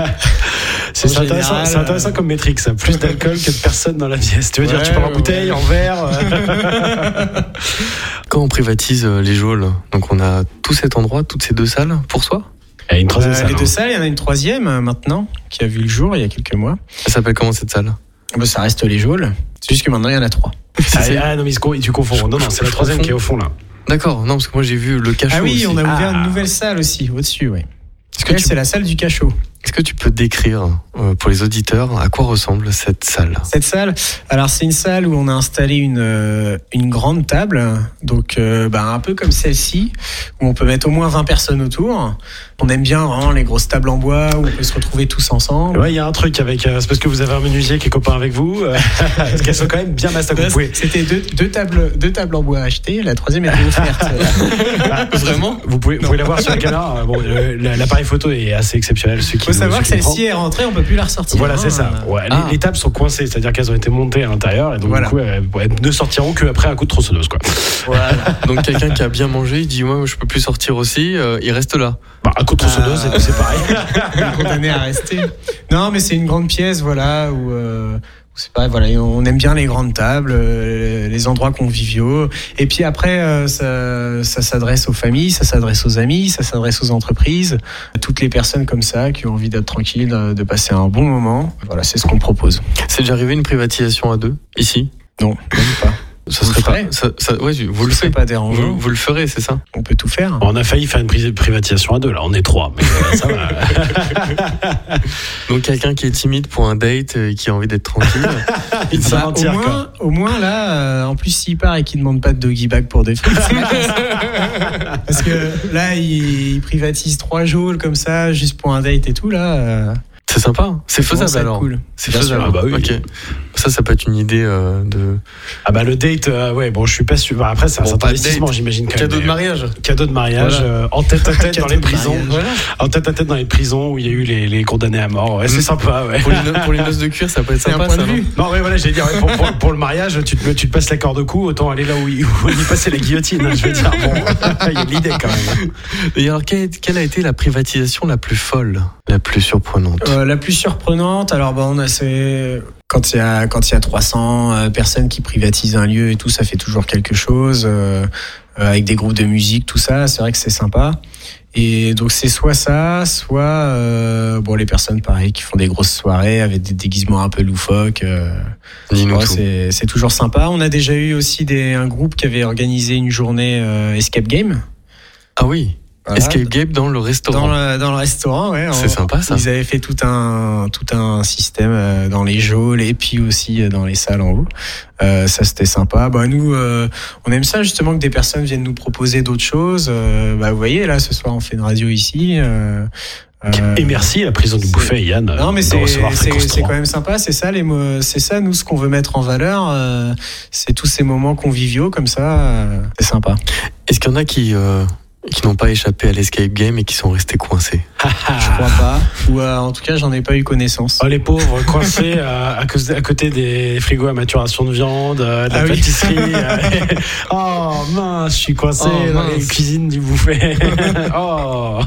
c'est, c'est, intéressant, général, c'est intéressant comme métrique, ça. Plus d'alcool que de personnes dans la pièce. Tu veux ouais, dire, tu parles en bouteille, ouais. en verre euh... Quand on privatise les geôles, donc on a tout cet endroit, toutes ces deux salles pour soi? Il y a une troisième euh, salle. Les hein. deux salles, il y en a une troisième euh, maintenant, qui a vu le jour il y a quelques mois. Ça s'appelle comment cette salle? Bon, ça reste les geôles. C'est juste que maintenant, il y en a trois. Ah, ah non, mais tu confonds. Non, non, c'est la troisième qui est au fond, là. D'accord, non, parce que moi j'ai vu le cachot. Ah oui, aussi. on a ouvert Ah. une nouvelle salle aussi, au-dessus, oui. Est-ce que, Elle, tu... c'est la salle du cachot. Est-ce que tu peux décrire euh, pour les auditeurs à quoi ressemble cette salle? Cette salle, alors c'est une salle où on a installé une, euh, une grande table, donc euh, bah, un peu comme celle-ci, où on peut mettre au moins vingt personnes autour. On aime bien vraiment les grosses tables en bois où on peut se retrouver tous ensemble. Ouais, il y a un truc avec. Euh, c'est parce que vous avez un menuisier qui est copain avec vous. Euh, parce qu'elles sont quand même bien masses à Là, couper. C'était deux, deux, tables, deux tables en bois achetées, la troisième était offerte. Bah, vraiment Vous pouvez, vous pouvez la voir sur la caméra. Bon, le- l'appareil photo est assez exceptionnel. Ceux qui Il faut nous- savoir ceux que qui nous celle-ci est rentrée, on peut plus la ressortir. Voilà, hein. c'est ça. Ouais, les- Ah. les, tables sont coincées, c'est-à-dire qu'elles ont été montées à l'intérieur et donc Voilà. du coup, elles, elles ne sortiront qu'après un coup de tronçonneuse, quoi. Voilà. Donc quelqu'un qui a bien mangé, il dit ouais, moi, je peux plus sortir aussi, euh, il reste là. Bah, un coup de tronçonneuse, Ah. c'est, c'est pareil. On est condamné à rester. Non, mais c'est une grande pièce, voilà, où, euh, où c'est pareil, voilà, on aime bien les grandes tables, euh, les endroits conviviaux. Et puis après, euh, ça, ça s'adresse aux familles, ça s'adresse aux amis, ça s'adresse aux entreprises, toutes les personnes comme ça qui ont envie d'être tranquilles, de, de passer un bon moment. Voilà, c'est ce qu'on propose. C'est déjà arrivé une privatisation à deux ici? Non, même pas. Ça Vous serait le pas. ferez Ça, ça, ouais, vous le C'est faites. pas dérangeant. Vous, vous le ferez, c'est ça? On peut tout faire. On a failli faire une pri- privatisation à deux, là, on est trois, mais euh, ça va. Donc quelqu'un qui est timide pour un date, et qui a envie d'être tranquille. Il Bah, s'en au, mentir, quoi. moins, au moins là, euh, en plus s'il part et qu'il ne demande pas de doggy bag pour des frites, c'est classe. Parce que là il, il privatise trois geôles comme ça juste pour un date et tout là. Euh, C'est sympa, hein. C'est ça commence faisable à être alors. cool. C'est Bien faisable. sûr, ah bah oui. Ok. Ça, ça peut être une idée euh, de Ah bah le date, euh, ouais, bon, je suis pas sûr. Bah, après, c'est un Bon, certain pas de investissement, date. j'imagine. Quand cadeau même, de mariage. Cadeau de mariage, Voilà. euh, en tête à tête dans Cadeau les de prisons. mariage. Voilà. En tête à tête dans les prisons où il y a eu les, les condamnés à mort. Ouais, c'est Mm. sympa, ouais. Pour les, no- pour les noces de cuir, ça peut être C'est un sympa. point ça, de non vue. Non, ouais, voilà, j'allais dire, ouais, pour, pour, pour le mariage, tu te, tu te passes la corde au cou, autant aller là où il, où il passait la guillotine. hein, je veux dire, bon, il y a de l'idée quand même. Et alors, quelle, quelle a été la privatisation la plus folle, la plus surprenante? Euh, la plus surprenante, alors bah, on a ces... quand il y a quand il y a trois cents euh, personnes qui privatisent un lieu et tout, ça fait toujours quelque chose. Euh, euh, avec des groupes de musique, tout ça. C'est vrai que c'est sympa. Et donc c'est soit ça, soit euh, bon les personnes pareil qui font des grosses soirées avec des déguisements un peu loufoques. Euh, Dis-nous ouais, tout. c'est, c'est toujours sympa. On a déjà eu aussi des, un groupe qui avait organisé une journée euh, escape game. Ah oui. Voilà. Escape Game dans le restaurant. Dans le, dans le restaurant, ouais. C'est On- sympa, ça. Ils avaient fait tout un, tout un système euh, dans les geôles et puis aussi euh, dans les salles en haut. Euh, ça, c'était sympa. Bah, nous, euh, on aime ça justement que des personnes viennent nous proposer d'autres choses. Euh, bah, vous voyez, là, ce soir, on fait une radio ici. Euh, euh, Et merci à la prison du c'est- Bouffet, Yann. Non, mais de c'est, recevoir c'est, Fréquence c'est trois. quand même sympa. C'est ça, les, mo- c'est ça, nous, ce qu'on veut mettre en valeur. Euh, c'est tous ces moments conviviaux comme ça. Euh, c'est sympa. Est-ce qu'il y en a qui, euh, qui n'ont pas échappé à l'escape game et qui sont restés coincés? Je crois pas. Ou euh, en tout cas, j'en ai pas eu connaissance. Oh, les pauvres coincés euh, à, cause- à côté des frigos à maturation de viande, euh, de la Ah oui. pâtisserie. euh, oh mince, je suis coincé Oh, dans les mince. cuisines du Bouffet. oh.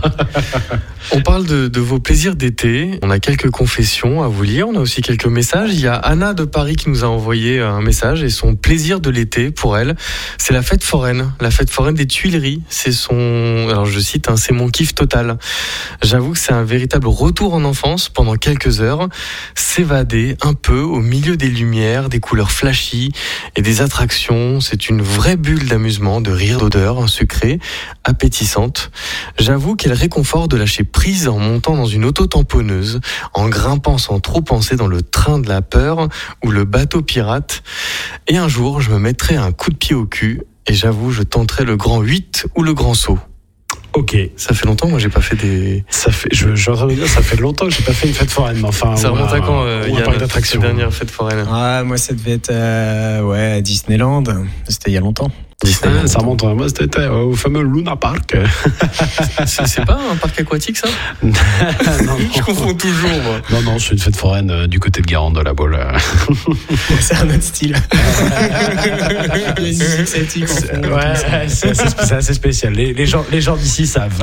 On parle de, de vos plaisirs d'été. On a quelques confessions à vous lire. On a aussi quelques messages. Il y a Anna de Paris qui nous a envoyé un message et son plaisir de l'été pour elle, c'est la fête foraine. La fête foraine des Tuileries. C'est son, alors je cite, hein, c'est mon kiff total. J'avoue que c'est un véritable retour en enfance pendant quelques heures. S'évader un peu au milieu des lumières, des couleurs flashy et des attractions. C'est une vraie bulle d'amusement, de rire, d'odeurs sucrées, appétissantes. J'avoue qu'elle réconforte de lâcher prise en montant dans une auto-tamponneuse, en grimpant sans trop penser dans le train de la peur ou le bateau pirate. Et un jour, je me mettrai un coup de pied au cul et j'avoue, je tenterai le grand huit ou le grand saut. Ok, Ça fait longtemps, moi j'ai pas fait des... ça fait, je, je vais dire, ça fait longtemps que j'ai pas fait une fête foraine, mais enfin. Ça ou remonte un- à quand, euh, ou un Yann, parc cette d'attractions. dernière fête foraine? Ah, moi, ça devait être euh, ouais, à Disneyland. C'était il y a longtemps. Disney. Ah, ça remonte, moi c'était euh, au fameux Luna Park. C'est c'est pas un parc aquatique, ça? non, non, Je confonds toujours, moi. non, non, c'est une fête foraine euh, du côté de Guérande de la Baule. euh. C'est un autre style. Il y a une musique celtique en fond. Ouais, c'est assez, c'est assez spécial. Les, les gens, les gens d'ici savent.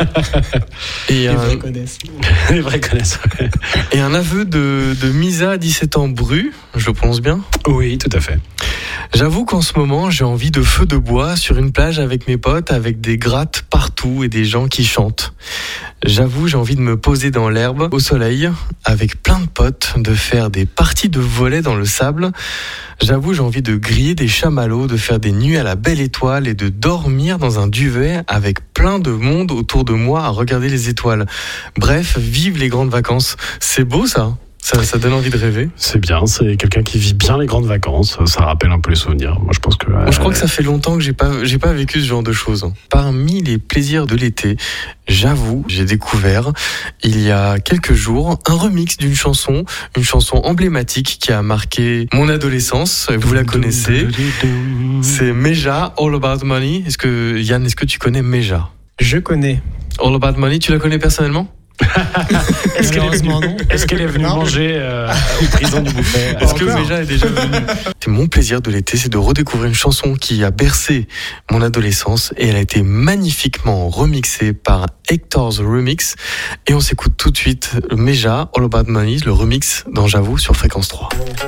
Et Les un, vrais connaissent. Les vrais connaissent. ouais. et un aveu de, de Misa, dix-sept ans, Bru, je le prononce bien? Oui, tout à fait. J'avoue qu'en ce moment, j'ai envie de feu de bois sur une plage avec mes potes, avec des grattes partout et des gens qui chantent. J'avoue, j'ai envie de me poser dans l'herbe, au soleil, avec plein de potes, de faire des parties de volley dans le sable. J'avoue, j'ai envie de griller des chamallows, de faire des nuits à la belle étoile et de dormir dans un duvet avec plein de monde autour de moi à regarder les étoiles. Bref, vive les grandes vacances. C'est beau ça? Ça, ça donne envie de rêver. C'est bien, c'est quelqu'un qui vit bien les grandes vacances. Ça rappelle un peu les souvenirs. Moi, je pense que. Moi, je crois que ça fait longtemps que j'ai pas, j'ai pas vécu ce genre de choses. Parmi les plaisirs de l'été, j'avoue, j'ai découvert, il y a quelques jours, un remix d'une chanson, une chanson emblématique qui a marqué mon adolescence. Vous la connaissez. C'est Meja, All About Money. Est-ce que, Yann, est-ce que tu connais Meja? Je connais. All About Money, tu la connais personnellement? Est-ce qu'elle est venue, Malheureusement, non. est-ce qu'elle est venue Non. manger euh, aux prisons du Bouffet? Est-ce que encore. Meja est déjà venue? C'est mon plaisir de l'été, c'est de redécouvrir une chanson qui a bercé mon adolescence et elle a été magnifiquement remixée par Hector's Remix. Et on s'écoute tout de suite Meja, All About Money, le remix dans J'avoue sur Fréquence trois.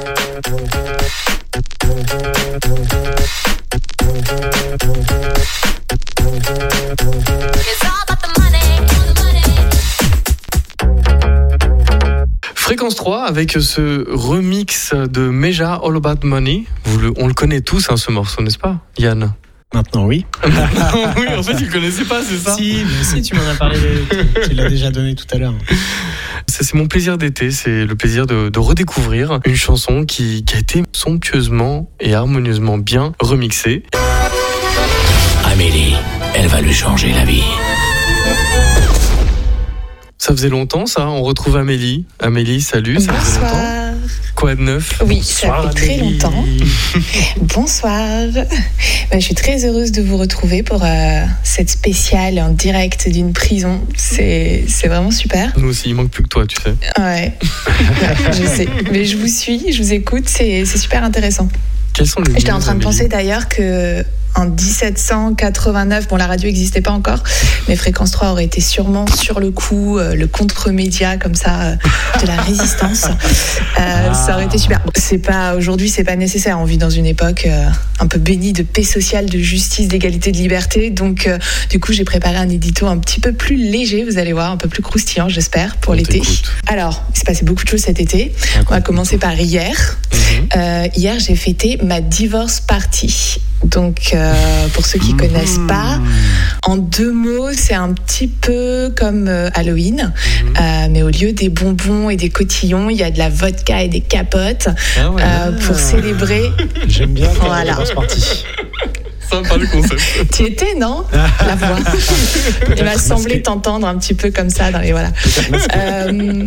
Fréquence trois avec ce remix de Meja, All About Money. Vous le, on le connaît tous, hein, ce morceau, n'est-ce pas, Yann? Maintenant, oui. Oui, en fait, tu le connaissais pas, c'est ça? Si, mais si, tu m'en as parlé. Tu, tu l'as déjà donné tout à l'heure. C'est c'est mon plaisir d'été, c'est le plaisir de, de redécouvrir une chanson qui, qui a été somptueusement et harmonieusement bien remixée. Amélie, elle va lui changer la vie. Ça faisait longtemps, ça. On retrouve Amélie. Amélie, salut. Ça faisait longtemps. Bonsoir. Quoi de neuf? Oui, ça Bonsoir, fait très Amélie. longtemps. Bonsoir. Bah, je suis très heureuse de vous retrouver pour euh, cette spéciale en direct d'une prison. C'est c'est vraiment super. Nous aussi, il manque plus que toi, tu sais. Ouais, Ouais, je sais. Mais je vous suis, je vous écoute, c'est c'est super intéressant. Quels sont les J'étais en news, train de Amélie penser d'ailleurs que en dix-sept cent quatre-vingt-neuf, bon la radio n'existait pas encore, mais Fréquence trois aurait été sûrement sur le coup, euh, le contre-média comme ça, euh, de la résistance. Euh, ah. Ça aurait été super. Bon, c'est pas, aujourd'hui, c'est pas nécessaire. On vit dans une époque euh, un peu bénie de paix sociale, de justice, d'égalité, de liberté. Donc, euh, du coup, j'ai préparé un édito un petit peu plus léger, vous allez voir, un peu plus croustillant, j'espère, pour On l'été. t'écoute. Alors, il s'est passé beaucoup de choses cet été. Raconte. On va commencer par hier. Mhm. Euh, hier, j'ai fêté ma divorce party. Donc, euh, pour ceux qui Mmh. connaissent pas, en deux mots, c'est un petit peu comme euh, Halloween, Mhm. euh, mais au lieu des bonbons et des cotillons, il y a de la vodka et des capotes Ah ouais. euh, pour célébrer. J'aime bien quand Voilà. on est parti. Sympa le concept. Tu étais, non? La voix. Il m'a semblé t'entendre un petit peu comme ça dans les voilà. Euh,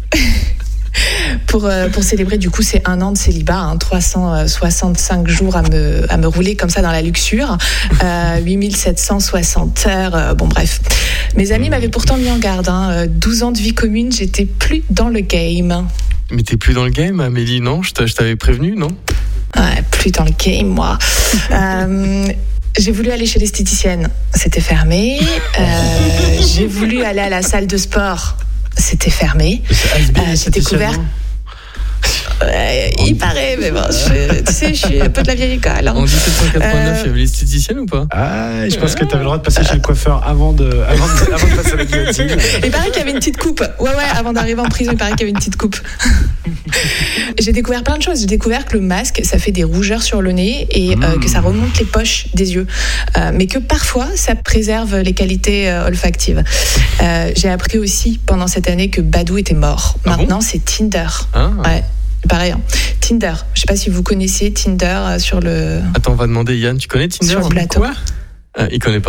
Pour, euh, pour célébrer, du coup, c'est un an de célibat, hein, trois cent soixante-cinq jours à me, à me rouler comme ça dans la luxure, euh, huit mille sept cent soixante heures, euh, bon bref. Mes amis m'avaient pourtant mis en garde, hein, douze ans de vie commune, j'étais plus dans le game. Mais t'es plus dans le game, Amélie, non? Je t'a- je t'avais prévenu, non? Ouais, plus dans le game, moi. Euh, j'ai voulu aller chez l'esthéticienne, c'était fermé. Euh, j'ai voulu aller à la salle de sport, c'était fermé. Euh, j'ai découvert. Ouais, il paraît, mais bon, je, tu sais, je suis un peu de la vieille école. Hein. En dix-sept cent quatre-vingt-neuf, Euh, il y avait l'esthéticienne ou pas? Ah, je pense que tu avais le droit de passer chez le coiffeur avant de, avant de, avant de passer à la guillotine. Il paraît qu'il y avait une petite coupe. Ouais, ouais, avant d'arriver en prison, il paraît qu'il y avait une petite coupe. J'ai découvert plein de choses. J'ai découvert que le masque, ça fait des rougeurs sur le nez et euh, que ça remonte les poches des yeux. Euh, mais que parfois, ça préserve les qualités euh, olfactives. Euh, j'ai appris aussi pendant cette année que Badou était mort. Ah Maintenant, c'est Tinder. Ah. Ouais. Pareil, hein. Tinder. Je sais pas si vous connaissiez Tinder euh, sur le Attends, on va demander Yann, tu connais Tinder? sur le plateau. Quoi? Ah, il connaît pas.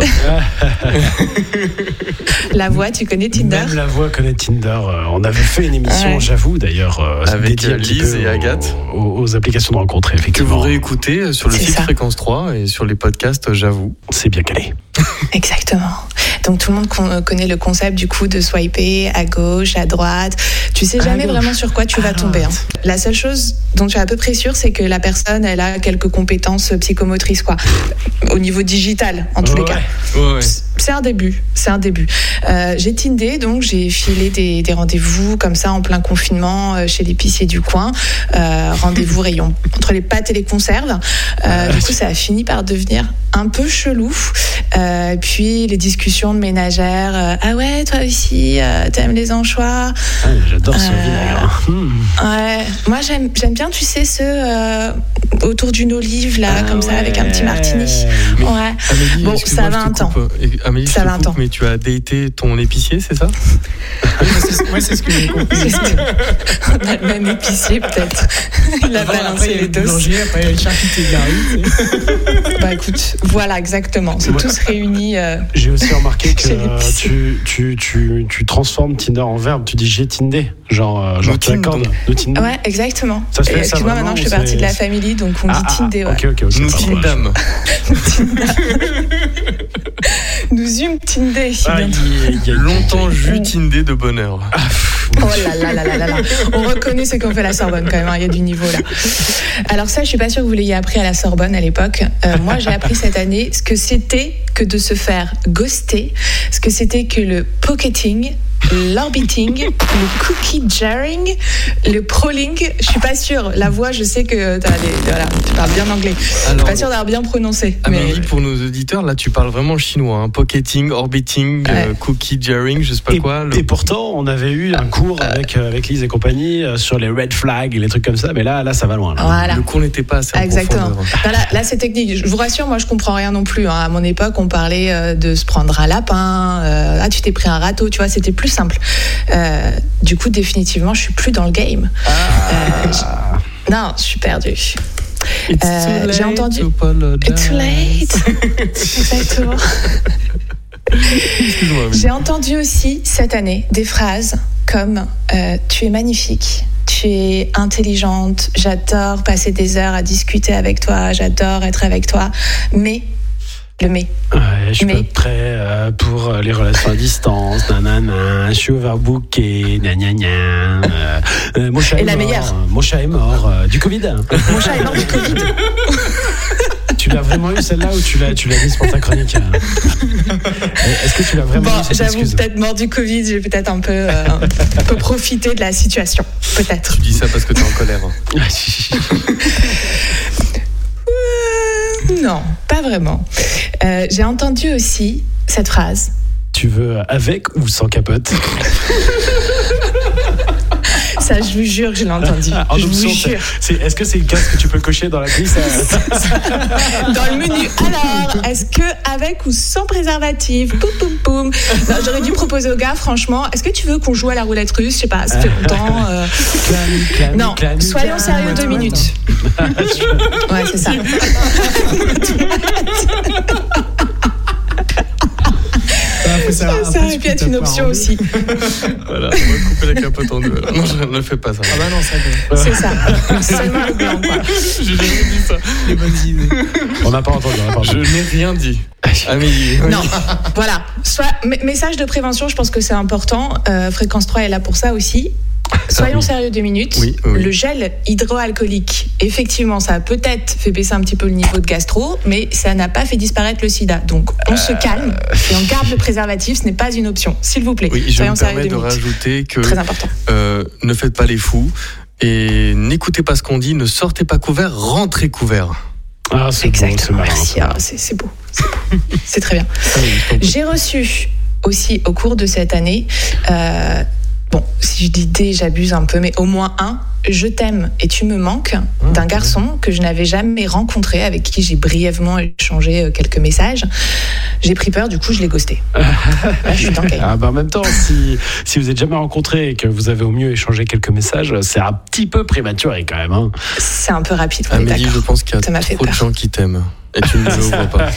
La voix, tu connais Tinder? Même la voix connaît Tinder. Euh, On avait fait une émission, Ouais. j'avoue d'ailleurs, euh, Avec, dédiée un euh, petit Lise peu et aux- Agathe. Aux, aux applications de rencontres, Que effectivement. vous réécoutez sur le C'est site ça. Fréquence trois et sur les podcasts J'avoue. C'est bien calé. Exactement. Donc tout le monde con- connaît le concept du coup de swiper à gauche, à droite. Tu sais jamais gauche, vraiment sur quoi tu vas à tomber. Hein. droite. La seule chose dont tu es à peu près sûr, c'est que la personne, elle a quelques compétences psychomotrices, quoi. Au niveau digital, en tous les Ouais. cas. Ouais, ouais. C'est un début, c'est un début. Euh, j'ai Tindé, donc j'ai filé des, des rendez-vous comme ça en plein confinement euh, chez l'épicier du coin. Euh, rendez-vous rayon entre les pâtes et les conserves. Euh, du coup, ça a fini par devenir un peu chelou. Euh, puis les discussions de ménagères. euh, ah ouais, toi aussi, euh, t'aimes les anchois? Ah, j'adore ce Euh, vinaigre. Mmh. Ouais, moi j'aime, j'aime bien, tu sais, ceux euh, autour d'une olive là, Ah comme ça, avec un petit martini. Mais- Ouais. Amélie, Bon, excuse-moi, ça va je te un temps. coupe. Et- Amélie, Ça je te va un coupe, temps. mais tu as daté ton épicier, c'est ça? Moi, c'est ce que j'ai compris. C'est ce que- On a le même épicier peut-être. Il a Avant, après, balancé il y a les le deux. boulanger, après, il y a le charcutier Gary. Tu sais. Bah écoute, voilà exactement. C'est Ouais. tous réunis. euh, J'ai aussi remarqué que Chez euh, l'épicier. tu, tu, tu, tu transformes Tinder en verbe. Tu dis j'ai Tindé. Genre, euh, genre Nous tu accordes. tindons. Nous tindons. Ouais, exactement. Ça se fait, Et ça, excuse-moi, vraiment, maintenant je fais ou partie c'est- de la famille, donc on dit Tindé. Ouais. Ok, ok, ok. Nous pardon. Tindam. Nous eûmes Tindé. Aïe, aïe, aïe, Longtemps aïe. jus Tindé de bonheur. Oh là là là là là là. On reconnaît ce qu'on fait à la Sorbonne quand même, hein, il y a du niveau là. Alors ça, je suis pas sûre que vous l'ayez appris à la Sorbonne à l'époque. Euh, moi, j'ai appris cette année ce que c'était que de se faire ghoster, ce que c'était que le pocketing, l'orbiting, le cookie jarring, le proling. Je suis pas sûre. La voix, je sais que t'as des, voilà, tu parles bien anglais. Je suis Alors, pas sûre d'avoir bien prononcé. Mais Amélie, pour nos auditeurs, là, tu parles vraiment chinois. Hein. Pocketing, orbiting, euh, Ouais. cookie jarring, je sais pas Et, quoi. le- et pourtant, on avait eu un cours avec, euh, avec Lise et compagnie euh, sur les red flags et les trucs comme ça, mais là, là ça va loin. Là. voilà. Le cours n'était pas assez en Exactement. profondeur. Non, là, là, c'est technique. Je vous rassure, moi, je comprends rien non plus. Hein. À mon époque, on parlait euh, de se prendre un lapin. Euh, ah, tu t'es pris un râteau. Tu vois, c'était plus simple. Euh, du coup, définitivement, je suis plus dans le game. Euh, je- Non, je suis perdue. It's Euh, too j'ai late entendu- to apologize. It's too late. Exactement. Excuse-moi, Amélie. J'ai entendu aussi cette année des phrases comme euh, tu es magnifique, tu es intelligente, j'adore passer des heures à discuter avec toi, j'adore être avec toi, mais le mais. Ouais, je suis Mais- pas prêt euh, pour euh, les relations à distance, nanana, je suis overbooké, gna gna gna. Euh, euh, mon chat Et est la mort, meilleure. euh, Mon chat est mort euh, du Covid. Mon chat est mort du Covid. Tu tu l'as vraiment eu celle-là ou tu l'as, tu l'as mise pour ta chronique? Est-ce que tu l'as vraiment Bon, eu cette j'avoue, excuse? peut-être mort du Covid, j'ai peut-être un peu, euh, un peu profité de la situation. Peut-être. Tu dis ça parce que t'es en colère. Euh, non, pas vraiment. Euh, j'ai entendu aussi cette phrase. Tu veux avec ou sans capote? Ça, je vous jure que je l'ai entendu. Ah, en je option, vous jure. c'est, est-ce que c'est une case que tu peux cocher dans la glisse? Dans le menu. Alors, est-ce que avec ou sans préservatif? Poum, poum, poum. Non, j'aurais dû proposer au gars, franchement, est-ce que tu veux qu'on joue à la roulette russe? Je sais pas, ça fait longtemps. Euh... Clami, clami, Non, clami, soyons clami. sérieux deux minutes. Ouais, c'est ça. Ça, ça aurait pu être une option aussi. Voilà, on va couper la capote en deux. Alors. Non, je ne fais pas ça. Ah bah non, ça peut. C'est ça. Seulement le blanc, quoi. J'ai jamais dit ça. Les bonnes idées. On n'a pas entendu, on n'a pas Je entendu. n'ai rien dit. Amélie. Non, voilà. Soit, m- message de prévention, je pense que c'est important. Euh, Fréquence trois est là pour ça aussi. Soyons oui. sérieux deux minutes. Oui, oui. Le gel hydroalcoolique, effectivement, ça a peut-être fait baisser un petit peu le niveau de gastro, mais ça n'a pas fait disparaître le sida. Donc, on se calme et on garde le préservatif. Ce n'est pas une option, s'il vous plaît. Oui, je Soyons me sérieux permets deux de minutes. rajouter que Très important. euh, ne faites pas les fous et n'écoutez pas ce qu'on dit, ne sortez pas couvert, rentrez couvert. Ah, c'est Exactement, bon, c'est marrant, merci. c'est Ah, marrant. c'est, c'est beau, c'est beau. C'est très bien. Ah oui, je t'en prie. J'ai reçu aussi au cours de cette année, euh, bon, si je dis des, j'abuse un peu, mais au moins un, je t'aime et tu me manques, d'un garçon que je n'avais jamais rencontré, avec qui j'ai brièvement échangé quelques messages. J'ai pris peur, du coup, je l'ai ghosté. Là, je suis dans le game. Ah bah en même temps, si, si vous êtes jamais rencontrés et que vous avez au mieux échangé quelques messages, c'est un petit peu prématuré quand même. Hein. C'est un peu rapide, on est Amélie, je d'accord. pense qu'il y Ça m'a a fait trop de peur. gens qui t'aiment et tu ne le vois pas.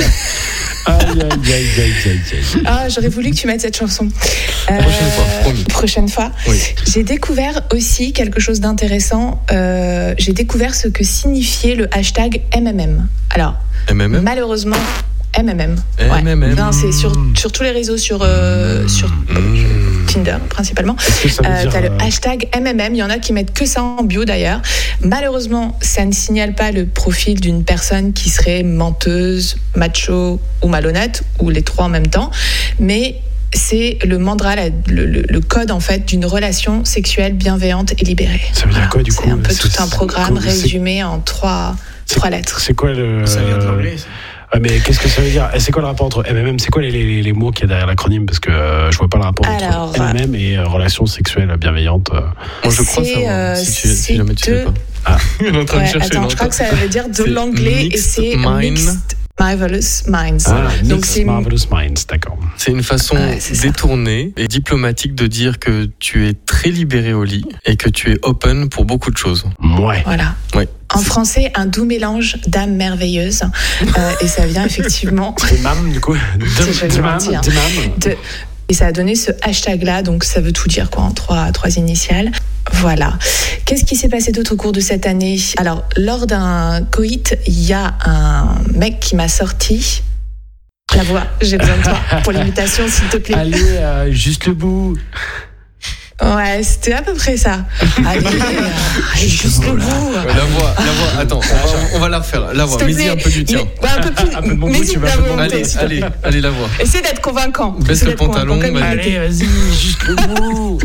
Aïe, aïe, aïe, aïe, aïe, aïe. Ah, j'aurais voulu que tu mettes cette chanson. Euh, Prochaine fois, promis. Prochaine fois. Oui. J'ai découvert aussi quelque chose d'intéressant. Euh, j'ai découvert ce que signifiait le hashtag M M M. Alors, M M M malheureusement, M M M. M M M. Non, c'est sur, sur tous les réseaux, sur, euh, sur Mmh. Tinder principalement. Est-ce que ça veut Euh, dire, t'as le euh, hashtag M M M, il y en a qui mettent que ça en bio d'ailleurs. Malheureusement, ça ne signale pas le profil d'une personne qui serait menteuse, macho ou malhonnête, ou les trois en même temps, mais c'est le mandra, la- le, le- le code en fait d'une relation sexuelle bienveillante et libérée. Ça veut dire quoi, du coup? C'est un peu C'est- tout un programme c'est- résumé en trois, c'est- trois lettres. C'est quoi le. Ça vient de l'anglais. ça. Ah, mais qu'est-ce que ça veut dire? Et c'est quoi le rapport entre M M M? C'est quoi les, les, les mots qu'il y a derrière l'acronyme? Parce que euh, je vois pas le rapport Alors, entre M M M et euh, relation sexuelle bienveillante. euh. Moi, je crois C'est, savoir, euh, si, tu, si c'est jamais tu sais deux- pas. Ah. Elle est en train Ouais, de chercher attends, dans je crois ta- que ça veut dire de C'est l'anglais et mixed c'est mind. Mixed Marvelous Minds. Ah, Donc Mixed c'est Marvelous Minds, d'accord. C'est une façon Ouais, c'est ça. détournée et diplomatique de dire que tu es très libéré au lit et que tu es open pour beaucoup de choses. Ouais. voilà. Ouais. En français, un doux mélange d'âmes merveilleuses. Euh, et ça vient effectivement Des mâmes, du coup. C'est joli Des à mâmes, dire. des mâmes. de. Et ça a donné ce hashtag-là, donc ça veut tout dire, quoi, en trois, trois initiales. Voilà. Qu'est-ce qui s'est passé d'autre au cours de cette année? Alors, lors d'un coït, il y a un mec qui m'a sorti la voix. J'ai besoin de toi pour l'imitation, s'il te plaît. Allez, euh, juste le bout. Ouais, c'était à peu près ça. Allez, euh, allez, juste le bout. La voix, la voix, attends, on va, on va la refaire. La voix, S'il te mets-y plaît. un peu du tien. Mais- ouais, un peu plus. Un peu de mon mais goût, si tu vas la un peu de mon volonté, Allez, s'il te plaît. allez, allez, la voix. Essaie d'être convaincant. Baisse Essaie le d'être convaincant, pantalon, comme vas-y. il était. Allez, vas-y, juste le bout.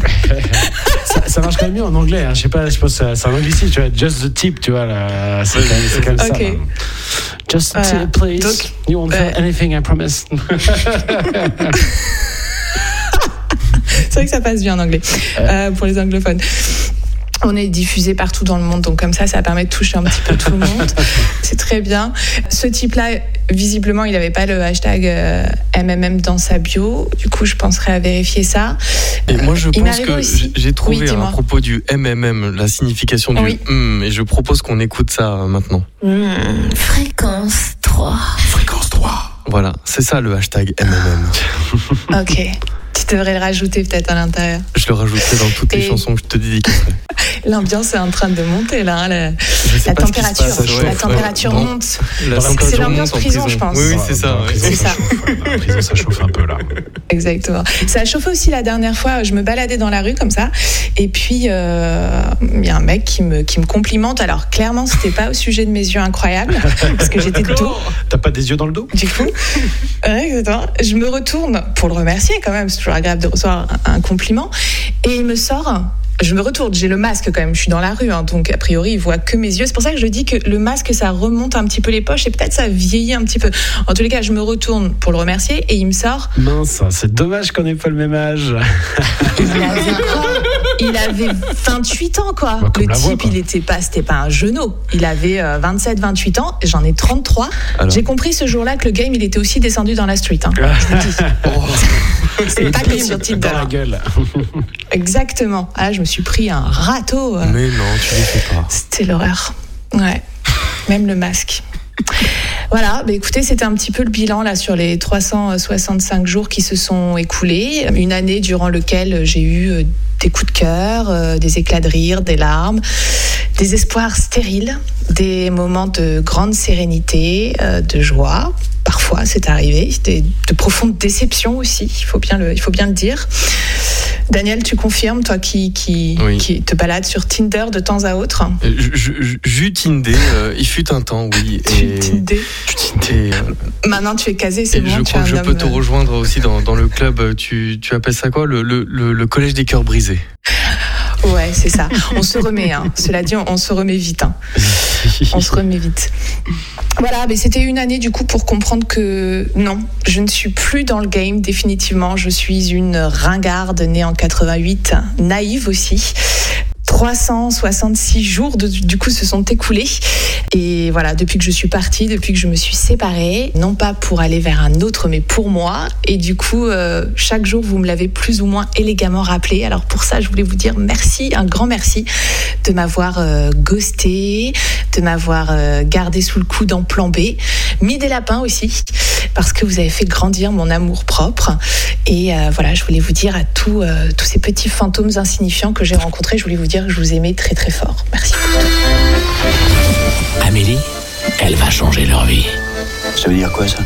ça, ça marche quand même mieux en anglais. Hein. Je sais pas, je pense que c'est un anglicisme, tu vois. Just the tip, tu vois. Là, c'est, quand même, c'est quand même Ok. ça. Là. Just the Voilà. tip, please. Donc, you won't ouais. feel anything, I promise. C'est vrai que ça passe bien en anglais euh, pour les anglophones. On est diffusé partout dans le monde, donc comme ça, ça permet de toucher un petit peu tout le monde. C'est très bien. Ce type-là, visiblement, il n'avait pas le hashtag euh, M M M dans sa bio. Du coup, je penserais à vérifier ça. Et moi, je Il pense m'arrive que aussi- j'ai trouvé Oui, dis-moi. à propos du M M M la signification du Oui. hum, et je propose qu'on écoute ça euh, maintenant. Fréquence trois. Fréquence trois. Voilà, c'est ça le hashtag M M M. Ok. Tu devrais le rajouter peut-être à l'intérieur. Je le rajouterai dans toutes les Et- chansons que je te dédicacerai. L'ambiance est en train de monter là. hein, La, Je sais la pas ce qui se température, passe, ouais, la ouais. température Bon, monte. La C'est température l'ambiance monte en prison, je pense. Oui, oui, Dans- c'est ça. dans la ouais. prison, C'est ça ça. chauffe, ouais. Dans la prison, ça chauffe un peu là. Exactement. Ça a chauffé aussi la dernière fois. Je me baladais dans la rue comme ça, et puis euh, il y a un mec qui me qui me complimente. Alors clairement, c'était pas au sujet de mes yeux incroyables, parce que j'étais de dos. T'as pas des yeux dans le dos? Du coup, ouais, exactement. Je me retourne pour le remercier quand même. C'est toujours agréable de recevoir un, un compliment. Et il me sort. Je me retourne, j'ai le masque quand même, je suis dans la rue, hein, donc a priori il voit que mes yeux. C'est pour ça que je dis que le masque, ça remonte un petit peu les poches et peut-être ça vieillit un petit peu. En tous les cas, je me retourne pour le remercier et il me sort. Mince, c'est dommage qu'on ait pas le même âge. Il avait quoi? Il avait vingt-huit ans, quoi. Bah, comme le la voix, type, quoi. il était pas, c'était pas un genou. Il avait euh, vingt-sept, vingt-huit ans. J'en ai trente-trois. Alors. J'ai compris ce jour-là que le game, il était aussi descendu dans la street. Hein. C'est pas que sur Tinder. Dans la gueule. Exactement. Ah, je me suis pris un râteau. euh, Mais non, tu les fais pas. C'était l'horreur. Ouais. Même le masque. Voilà, bah écoutez, c'était un petit peu le bilan là sur les trois cent soixante-cinq jours qui se sont écoulés. Une année durant laquelle j'ai eu euh, des coups de cœur, euh, des éclats de rire, des larmes, des espoirs stériles, des moments de grande sérénité, euh, de joie. Parfois, c'est arrivé, des, de profondes déceptions aussi, il faut bien le, il faut bien le dire. Daniel, tu confirmes, toi qui, qui, Oui. qui te balades sur Tinder de temps à autre? Euh, je- je- J'eus Tinder, euh, il fut un temps, oui. Et, Tinder. et, euh, Maintenant, tu es casé, c'est et bon, je tu es crois un que je homme. peux te euh, rejoindre aussi dans, dans le club. Tu, tu appelles ça quoi le, le, le, le collège des cœurs brisés. Ouais, c'est ça. On se remet. Hein. Cela dit, on, on se remet vite. Hein. On se remet vite. Voilà, mais c'était une année du coup pour comprendre que non, je ne suis plus dans le game définitivement. Je suis une ringarde née en quatre-vingt-huit, naïve aussi. trois cent soixante-six jours de- du coup se sont écoulés et voilà, depuis que je suis partie, depuis que je me suis séparée, non pas pour aller vers un autre mais pour moi, et du coup euh, chaque jour vous me l'avez plus ou moins élégamment rappelé. Alors pour ça je voulais vous dire merci, un grand merci de m'avoir euh, ghosté, de m'avoir euh, gardé sous le coude en plan B, mis des lapins aussi parce que vous avez fait grandir mon amour propre. Et euh, voilà, je voulais vous dire à tous, euh, tous ces petits fantômes insignifiants que j'ai rencontrés, je voulais vous dire que je vous aimais très très fort. Merci. Amélie, elle va changer leur vie. Ça veut dire quoi ça?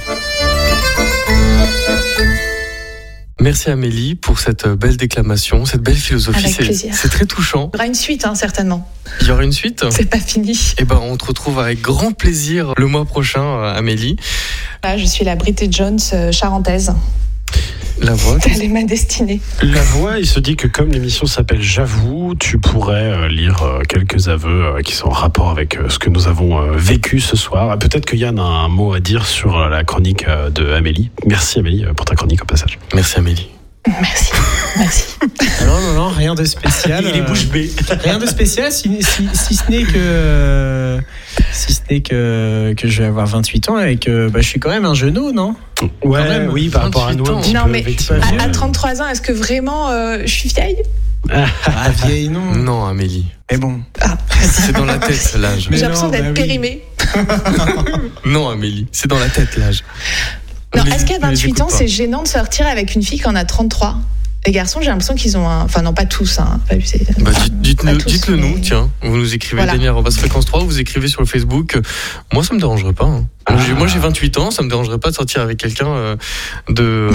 Merci Amélie pour cette belle déclamation, cette belle philosophie. Avec C'est- plaisir. C'est très touchant. Il y aura une suite, hein, certainement. Il y aura une suite. C'est pas fini. Eh ben, on te retrouve avec grand plaisir le mois prochain, euh, Amélie. Là, je suis la Bridget Jones euh, charentaise. La voix. Telle est ma destinée. La voix, il se dit que comme l'émission s'appelle J'avoue, tu pourrais euh, lire euh, quelques aveux euh, qui sont en rapport avec euh, ce que nous avons euh, vécu ce soir. Ah, peut-être que Yann a un mot à dire sur euh, la chronique euh, de Amélie. Merci Amélie euh, pour ta chronique au passage. Merci Amélie. Merci. Merci. Non, non, non, rien de spécial. Il est euh, bouche bée. Rien de spécial, si, si, si ce n'est que, euh, si ce n'est que, que je vais avoir vingt-huit ans et que bah, je suis quand même un genou, non? Ouais, Quand même, oui, par rapport à nous, un vingt-huit petit Non, peu, mais effectivement. pas vieux. À, à trente-trois ans, est-ce que vraiment euh, je suis vieille? Ah, vieille, non. Non, Amélie. Mais bon. C'est dans la tête, l'âge. Mais J'ai l'impression non, d'être bah oui. périmée. Non, Amélie. C'est dans la tête, l'âge. Non, Ne les- est-ce qu'à ne les vingt-huit écoute ans, pas. c'est gênant de sortir avec une fille qui en a trente-trois? Les garçons, j'ai l'impression qu'ils ont un. Enfin, non, pas tous. Hein. Pas- c'est- Bah, dites- dites-le Pas tous, dites-le nous, mais- tiens. Vous nous écrivez Voilà. Daniel Arobase Fréquence trois, vous écrivez sur le Facebook. Moi, ça me dérangerait pas. hein. Ah. J'ai- Moi, j'ai vingt-huit ans, ça me dérangerait pas de sortir avec quelqu'un euh, de.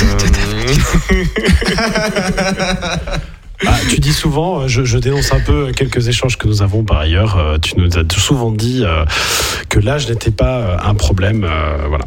Ah, tu dis souvent, euh, je, je dénonce un peu quelques échanges que nous avons par ailleurs. Euh, Tu nous as souvent dit euh, que l'âge n'était pas euh, un problème. euh, voilà.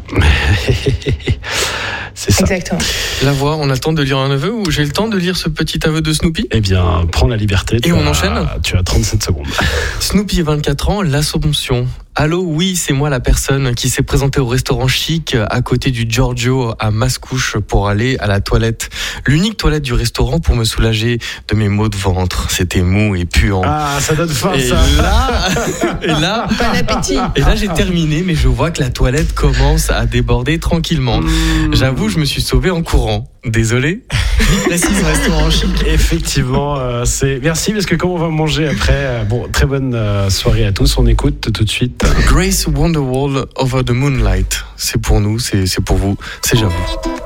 C'est ça. Exactement. La voix, on a le temps de lire un aveu ou j'ai le temps de lire ce petit aveu de Snoopy? Eh bien, prends la liberté. Tu on as- enchaîne Tu as trente-sept secondes. Snoopy, vingt-quatre ans, l'Assomption. Allô, oui, c'est moi la personne qui s'est présentée au restaurant chic à côté du Giorgio à Mascouche pour aller à la toilette. L'unique toilette du restaurant pour me soulager de mes maux de ventre. C'était mou et puant. Ah, ça donne faim, et ça. là, et là, Bon appétit. et là, j'ai terminé, mais je vois que la toilette commence à déborder tranquillement. Mmh. J'avoue, je me suis sauvé en courant. Désolé. Précise restaurant chic. Effectivement, euh, c'est merci parce que comme on va manger après, euh, bon, très bonne euh, soirée à tous. On écoute tout de suite. Grace Wonderwall Over the Moonlight. C'est pour nous, c'est c'est pour vous, c'est j'avoue.